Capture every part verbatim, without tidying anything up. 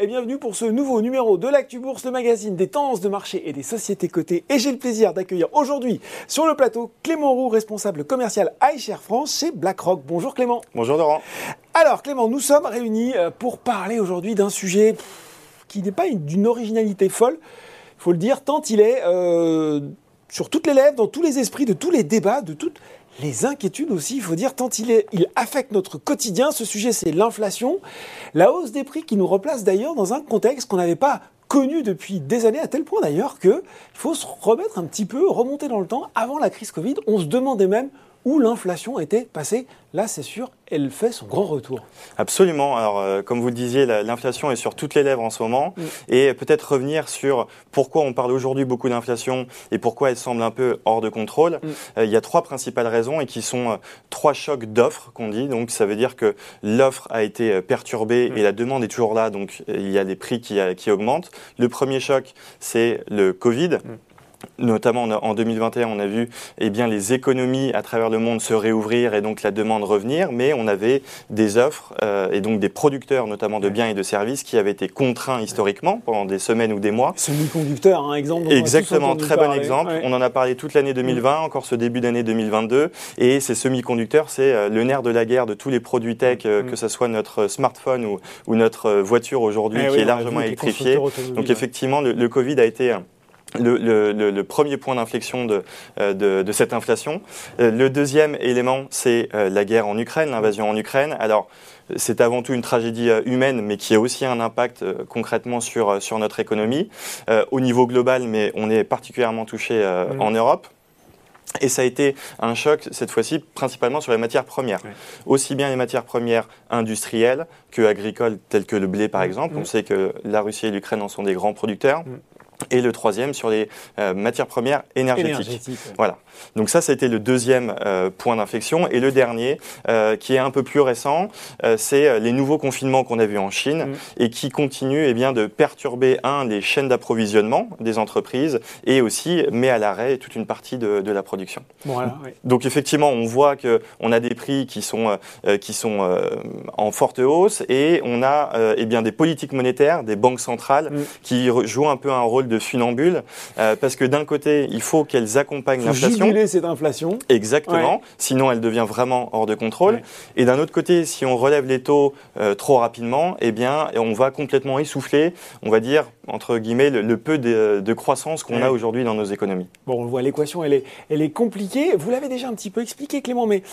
et bienvenue pour ce nouveau numéro de l'Actu Bourse, le magazine des tendances de marché et des sociétés cotées. Et j'ai le plaisir d'accueillir aujourd'hui sur le plateau Clément Roux, responsable commercial iShares France chez BlackRock. Bonjour Clément. Bonjour Laurent. Alors Clément, nous sommes réunis pour parler aujourd'hui d'un sujet qui n'est pas d'une originalité folle, il faut le dire, tant il est euh, sur toutes les lèvres, dans tous les esprits, de tous les débats, de toutes les inquiétudes aussi, il faut dire, tant il, est, il affecte notre quotidien. Ce sujet, c'est l'inflation, la hausse des prix qui nous replace d'ailleurs dans un contexte qu'on n'avait pas connu depuis des années, à tel point d'ailleurs qu'il faut se remettre un petit peu, remonter dans le temps. Avant la crise Covid, on se demandait même où l'inflation était passée. Là, c'est sûr, elle fait son grand retour. Absolument. Alors, euh, comme vous le disiez, la, l'inflation est sur toutes les lèvres en ce moment. Mmh. Et peut-être revenir sur pourquoi on parle aujourd'hui beaucoup d'inflation et pourquoi elle semble un peu hors de contrôle. Mmh. Euh, il y a trois principales raisons et qui sont euh, trois chocs d'offres qu'on dit. Donc, ça veut dire que l'offre a été perturbée mmh. et la demande est toujours là. Donc, il y a des prix qui, qui augmentent. Le premier choc, c'est le Covid. Mmh. Notamment en deux mille vingt et un, on a vu eh bien, les économies à travers le monde se réouvrir et donc la demande revenir, mais on avait des offres euh, et donc des producteurs, notamment de biens et de services, qui avaient été contraints historiquement pendant des semaines ou des mois. Semi-conducteurs, un exemple. Exactement, très bon exemple. Ouais. On en a parlé toute l'année deux mille vingt, mmh. encore ce début d'année deux mille vingt-deux. Et ces semi-conducteurs, c'est euh, le nerf de la guerre de tous les produits tech, euh, mmh. que ce soit notre smartphone ou, ou notre voiture aujourd'hui, eh qui oui, est largement électrifiée. Donc ouais. effectivement, le, le Covid a été... Le, le, le premier point d'inflexion de, de, de cette inflation. Le deuxième élément, c'est la guerre en Ukraine, l'invasion en Ukraine. Alors, c'est avant tout une tragédie humaine, mais qui a aussi un impact euh, concrètement sur, sur notre économie. Euh, au niveau global, mais on est particulièrement touché euh, mmh. en Europe. Et ça a été un choc, cette fois-ci, principalement sur les matières premières. Oui. Aussi bien les matières premières industrielles que agricoles, telles que le blé, par mmh. exemple. Mmh. On sait que la Russie et l'Ukraine en sont des grands producteurs. Mmh. Et le troisième sur les euh, matières premières énergétiques. Énergétique, ouais. Voilà. Donc ça, c'était le deuxième euh, point d'inflexion. Et le dernier, euh, qui est un peu plus récent, euh, c'est les nouveaux confinements qu'on a vus en Chine mmh. et qui continuent eh bien, de perturber, un, les chaînes d'approvisionnement des entreprises et aussi met à l'arrêt toute une partie de, de la production. Voilà, oui. Donc effectivement, on voit qu'on a des prix qui sont, euh, qui sont euh, en forte hausse et on a euh, eh bien, des politiques monétaires, des banques centrales mmh. qui jouent un peu un rôle de funambule, euh, parce que d'un côté, il faut qu'elles accompagnent faut l'inflation. Juguler cette inflation. Exactement, ouais. sinon elle devient vraiment hors de contrôle. Ouais. Et d'un autre côté, si on relève les taux euh, trop rapidement, eh bien, on va complètement essouffler, on va dire, entre guillemets, le, le peu de, de croissance qu'on ouais. a aujourd'hui dans nos économies. Bon, on le voit, l'équation, elle est, elle est compliquée. Vous l'avez déjà un petit peu expliqué, Clément, mais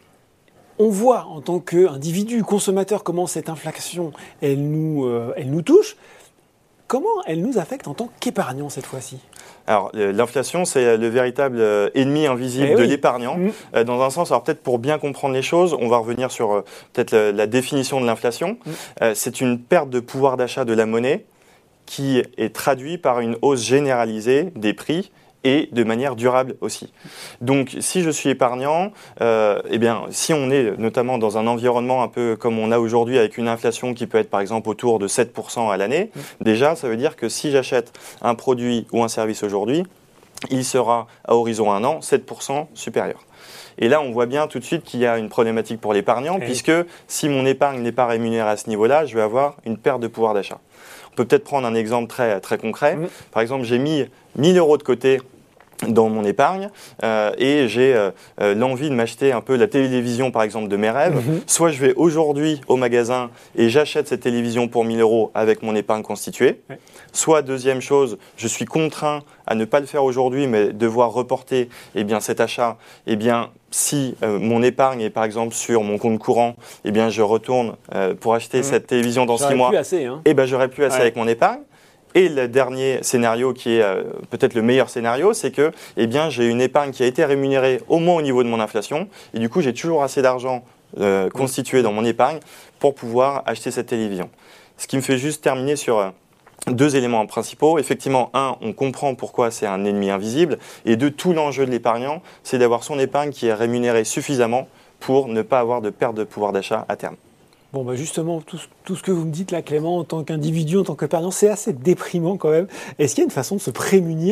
on voit en tant qu'individu, consommateur, comment cette inflation, elle nous, euh, elle nous touche. Comment elle nous affecte en tant qu'épargnant cette fois-ci ? Alors, l'inflation, c'est le véritable ennemi invisible eh de oui. l'épargnant. Mmh. Dans un sens, alors peut-être pour bien comprendre les choses, on va revenir sur peut-être la, la définition de l'inflation. Mmh. Euh, c'est une perte de pouvoir d'achat de la monnaie qui est traduite par une hausse généralisée des prix et de manière durable aussi. Donc, si je suis épargnant, euh, eh bien, si on est notamment dans un environnement un peu comme on a aujourd'hui avec une inflation qui peut être par exemple autour de sept pour cent à l'année, mmh. déjà, ça veut dire que si j'achète un produit ou un service aujourd'hui, il sera à horizon un an sept pour cent supérieur. Et là, on voit bien tout de suite qu'il y a une problématique pour l'épargnant, okay. puisque si mon épargne n'est pas rémunérée à ce niveau-là, je vais avoir une perte de pouvoir d'achat. On peut peut-être prendre un exemple très, très concret. Mmh. Par exemple, j'ai mis mille euros de côté dans mon épargne euh, et j'ai euh, euh, l'envie de m'acheter un peu la télévision par exemple de mes rêves, mmh. soit je vais aujourd'hui au magasin et j'achète cette télévision pour mille euros avec mon épargne constituée, ouais. soit deuxième chose, je suis contraint à ne pas le faire aujourd'hui mais devoir reporter eh bien, cet achat, eh bien, si euh, mon épargne est par exemple sur mon compte courant, eh bien, je retourne euh, pour acheter mmh. cette télévision dans j'aurais six mois, plus assez, hein. et ben, j'aurai plus assez ouais. avec mon épargne. Et le dernier scénario, qui est euh, peut-être le meilleur scénario, c'est que eh bien, j'ai une épargne qui a été rémunérée au moins au niveau de mon inflation. Et du coup, j'ai toujours assez d'argent euh, constitué dans mon épargne pour pouvoir acheter cette télévision. Ce qui me fait juste terminer sur euh, deux éléments principaux. Effectivement, un, on comprend pourquoi c'est un ennemi invisible. Et deux, tout l'enjeu de l'épargnant, c'est d'avoir son épargne qui est rémunérée suffisamment pour ne pas avoir de perte de pouvoir d'achat à terme. Bon, bah justement, tout, tout ce que vous me dites là, Clément, en tant qu'individu, en tant qu'épargnant, c'est assez déprimant quand même. Est-ce qu'il y a une façon de se prémunir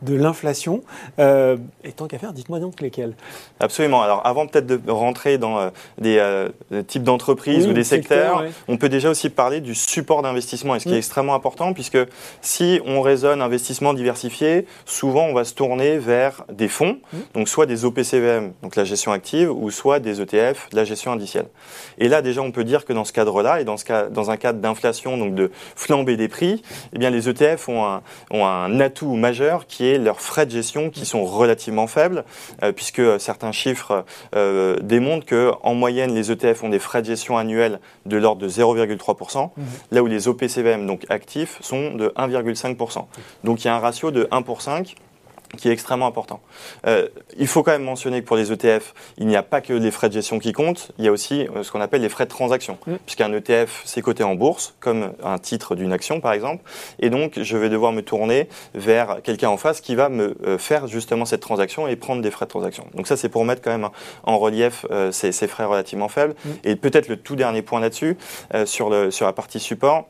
de l'inflation. Euh, et tant qu'à faire, dites-moi donc lesquels. Absolument. Alors avant peut-être de rentrer dans euh, des, euh, des types d'entreprises oui, ou des secteurs, secteur, ouais. on peut déjà aussi parler du support d'investissement, et ce qui mmh. est extrêmement important, puisque si on raisonne investissement diversifié, souvent on va se tourner vers des fonds, mmh. donc soit des O P C V M, donc la gestion active, ou soit des E T F, la gestion indicielle. Et là déjà on peut dire que dans ce cadre-là, et dans, ce cas, dans un cadre d'inflation, donc de flambée des prix, eh bien les E T F ont un, ont un atout majeur qui est leurs frais de gestion qui sont relativement faibles, euh, puisque certains chiffres euh, démontrent qu'en moyenne les E T F ont des frais de gestion annuels de l'ordre de zéro virgule trois pour cent, mmh. là où les O P C V M, donc actifs, sont de un virgule cinq pour cent. Donc il y a un ratio de un pour cinq qui est extrêmement important. Euh, il faut quand même mentionner que pour les E T F, il n'y a pas que les frais de gestion qui comptent, il y a aussi euh, ce qu'on appelle les frais de transaction, mmh. puisqu'un E T F, c'est coté en bourse, comme un titre d'une action par exemple, et donc je vais devoir me tourner vers quelqu'un en face qui va me euh, faire justement cette transaction et prendre des frais de transaction. Donc ça, c'est pour mettre quand même en relief euh, ces, ces frais relativement faibles. Mmh. Et peut-être le tout dernier point là-dessus, euh, sur, le, sur la partie support,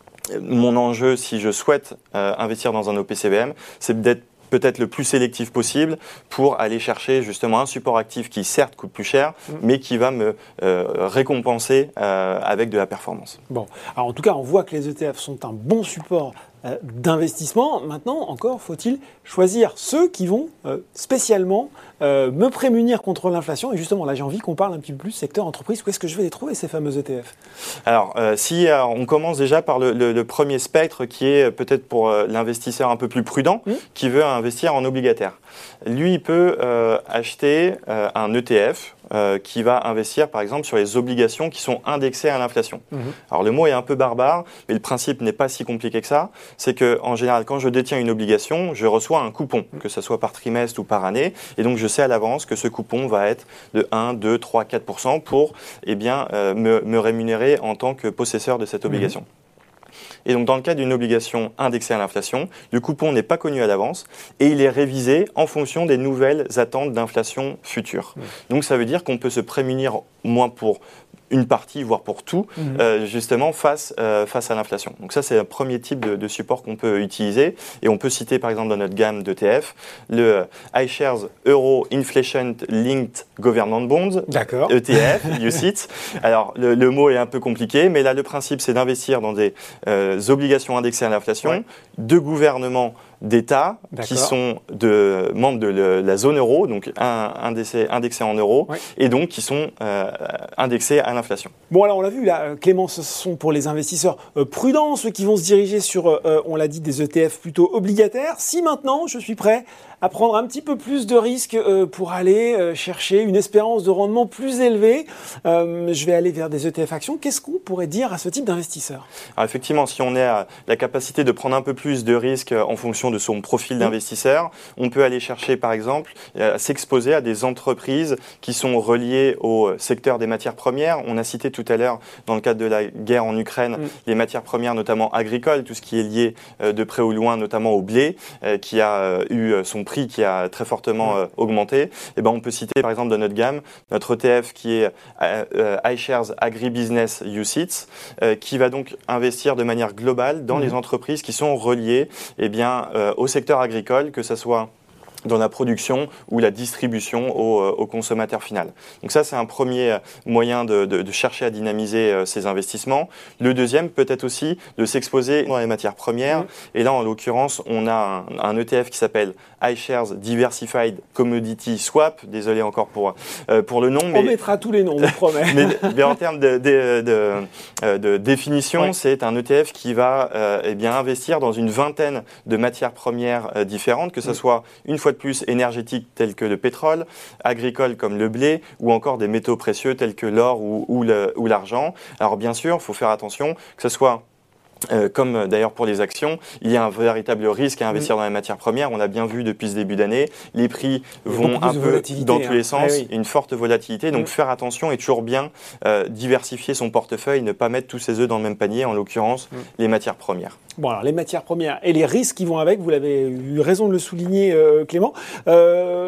mon enjeu, si je souhaite euh, investir dans un O P C V M, c'est d'être peut-être le plus sélectif possible pour aller chercher justement un support actif qui certes coûte plus cher, mmh. mais qui va me euh, récompenser euh, avec de la performance. Bon, alors en tout cas, on voit que les E T F sont un bon support euh, d'investissement. Maintenant, encore faut-il choisir ceux qui vont euh, spécialement euh, me prémunir contre l'inflation. Et justement, là, j'ai envie qu'on parle un petit peu plus secteur entreprise. Où est-ce que je vais les trouver, ces fameux E T F ? Alors, euh, si euh, on commence déjà par le, le, le premier spectre qui est peut-être pour euh, l'investisseur un peu plus prudent, mmh. qui veut investir en obligataire. Lui, il peut euh, acheter euh, un E T F euh, qui va investir, par exemple, sur les obligations qui sont indexées à l'inflation. Mmh. Alors, le mot est un peu barbare, mais le principe n'est pas si compliqué que ça. C'est qu'en général, quand je détiens une obligation, je reçois un coupon, que ce soit par trimestre ou par année. Et donc, je sais à l'avance que ce coupon va être de un, deux, trois, quatre pour cent pour eh bien, euh, me, me rémunérer en tant que possesseur de cette obligation. Mmh. Et donc, dans le cas d'une obligation indexée à l'inflation, le coupon n'est pas connu à l'avance et il est révisé en fonction des nouvelles attentes d'inflation future. Mmh. Donc, ça veut dire qu'on peut se prémunir moins pour une partie, voire pour tout, mmh. euh, justement face, euh, face à l'inflation. Donc ça, c'est un premier type de, de support qu'on peut utiliser. Et on peut citer, par exemple, dans notre gamme d'E T F, le iShares Euro Inflation Linked Government Bonds, D'accord. E T F, U C I T S. Alors, le, le mot est un peu compliqué, mais là, le principe, c'est d'investir dans des euh, obligations indexées à l'inflation, ouais. de gouvernements d'États qui sont de, membres de le, la zone euro, donc un, indexés indexé en euros, ouais. et donc qui sont euh, indexés à l'inflation. Bon, alors on l'a vu, là, Clément, ce sont pour les investisseurs euh, prudents, ceux qui vont se diriger sur, euh, on l'a dit, des E T F plutôt obligataires. Si maintenant, je suis prêt à prendre un petit peu plus de risques euh, pour aller euh, chercher une espérance de rendement plus élevée, euh, je vais aller vers des E T F actions. Qu'est-ce qu'on pourrait dire à ce type d'investisseur ? Alors effectivement, si on a la capacité de prendre un peu plus de risques en fonction de son profil d'investisseur, on peut aller chercher par exemple à s'exposer à des entreprises qui sont reliées au secteur des matières premières. On a cité tout à l'heure dans le cadre de la guerre en Ukraine mmh. les matières premières notamment agricoles, tout ce qui est lié de près ou loin notamment au blé qui a eu son prix qui a très fortement mmh. augmenté. Et ben on peut citer par exemple dans notre gamme notre E T F qui est iShares Agribusiness U C I T S qui va donc investir de manière globale dans mmh. les entreprises qui sont reliées eh bien, euh, au secteur agricole, que ce soit dans la production ou la distribution au, au consommateur final. Donc ça, c'est un premier moyen de, de, de chercher à dynamiser euh, ces investissements. Le deuxième, peut-être aussi de s'exposer dans les matières premières. Mmh. Et là, en l'occurrence, on a un, un E T F qui s'appelle iShares Diversified Commodity Swap. Désolé encore pour, euh, pour le nom. On mais, mettra tous les noms, on promet. mais, mais en termes de, de, de, de, de définition, ouais. c'est un E T F qui va euh, eh bien, investir dans une vingtaine de matières premières euh, différentes, que ce mmh. soit une fois de plus énergétiques tels que le pétrole, agricoles comme le blé, ou encore des métaux précieux tels que l'or ou, ou, le, ou l'argent. Alors bien sûr, il faut faire attention que ce soit Euh, comme d'ailleurs pour les actions, il y a un véritable risque à investir mmh. dans les matières premières. On a bien vu depuis ce début d'année, les prix vont un peu dans tous hein. les sens, ah, oui. une forte volatilité. Donc mmh. faire attention et toujours bien euh, diversifier son portefeuille, ne pas mettre tous ses œufs dans le même panier, en l'occurrence mmh. les matières premières. Bon, alors les matières premières et les risques qui vont avec, vous l'avez eu raison de le souligner, euh, Clément. Euh,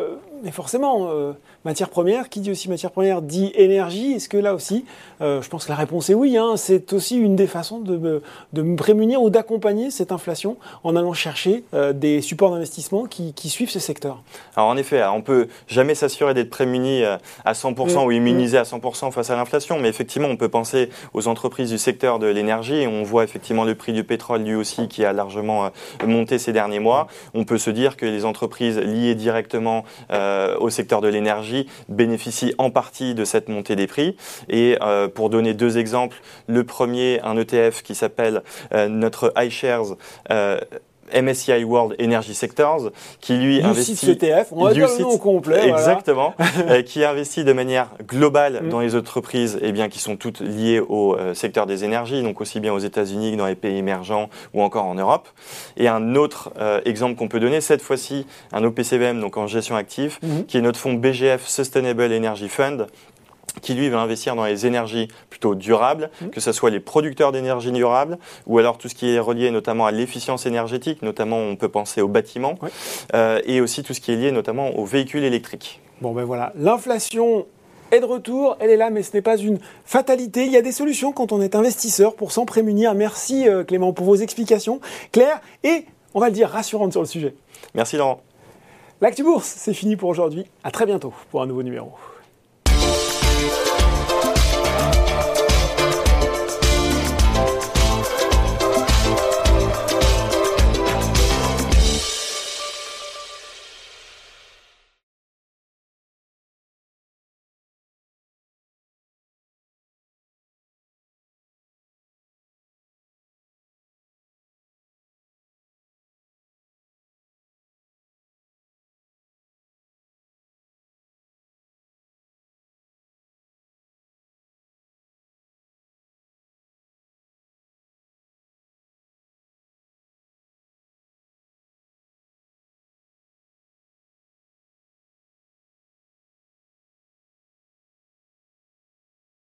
Mais forcément, euh, matière première, qui dit aussi matière première dit énergie. Est-ce que là aussi, euh, je pense que la réponse est oui, hein, c'est aussi une des façons de me, de me prémunir ou d'accompagner cette inflation en allant chercher euh, des supports d'investissement qui, qui suivent ce secteur. Alors en effet, on ne peut jamais s'assurer d'être prémuni à cent pour cent mmh. ou immunisé à cent pour cent face à l'inflation, mais effectivement, on peut penser aux entreprises du secteur de l'énergie et on voit effectivement le prix du pétrole lui aussi qui a largement monté ces derniers mois. On peut se dire que les entreprises liées directement euh, au secteur de l'énergie bénéficient en partie de cette montée des prix. Et euh, pour donner deux exemples, le premier, un E T F qui s'appelle euh, notre iShares euh, M S C I World Energy Sectors, qui lui investit C T F, on va dire le nom complet, exactement, voilà. euh, qui investit de manière globale mm. dans les entreprises, eh bien, qui sont toutes liées au euh, secteur des énergies, donc aussi bien aux États-Unis que dans les pays émergents ou encore en Europe. Et un autre euh, exemple qu'on peut donner, cette fois-ci, un O P C V M, donc en gestion active, mm. qui est notre fonds B G F Sustainable Energy Fund, qui lui va investir dans les énergies plutôt durables, mmh. que ce soit les producteurs d'énergie durable, ou alors tout ce qui est relié notamment à l'efficience énergétique, notamment on peut penser aux bâtiments, ouais. euh, et aussi tout ce qui est lié notamment aux véhicules électriques. Bon ben voilà, l'inflation est de retour, elle est là, mais ce n'est pas une fatalité. Il y a des solutions quand on est investisseur pour s'en prémunir. Merci euh, Clément pour vos explications claires et, on va le dire, rassurantes sur le sujet. Merci Laurent. L'Actu Bourse, c'est fini pour aujourd'hui. À très bientôt pour un nouveau numéro.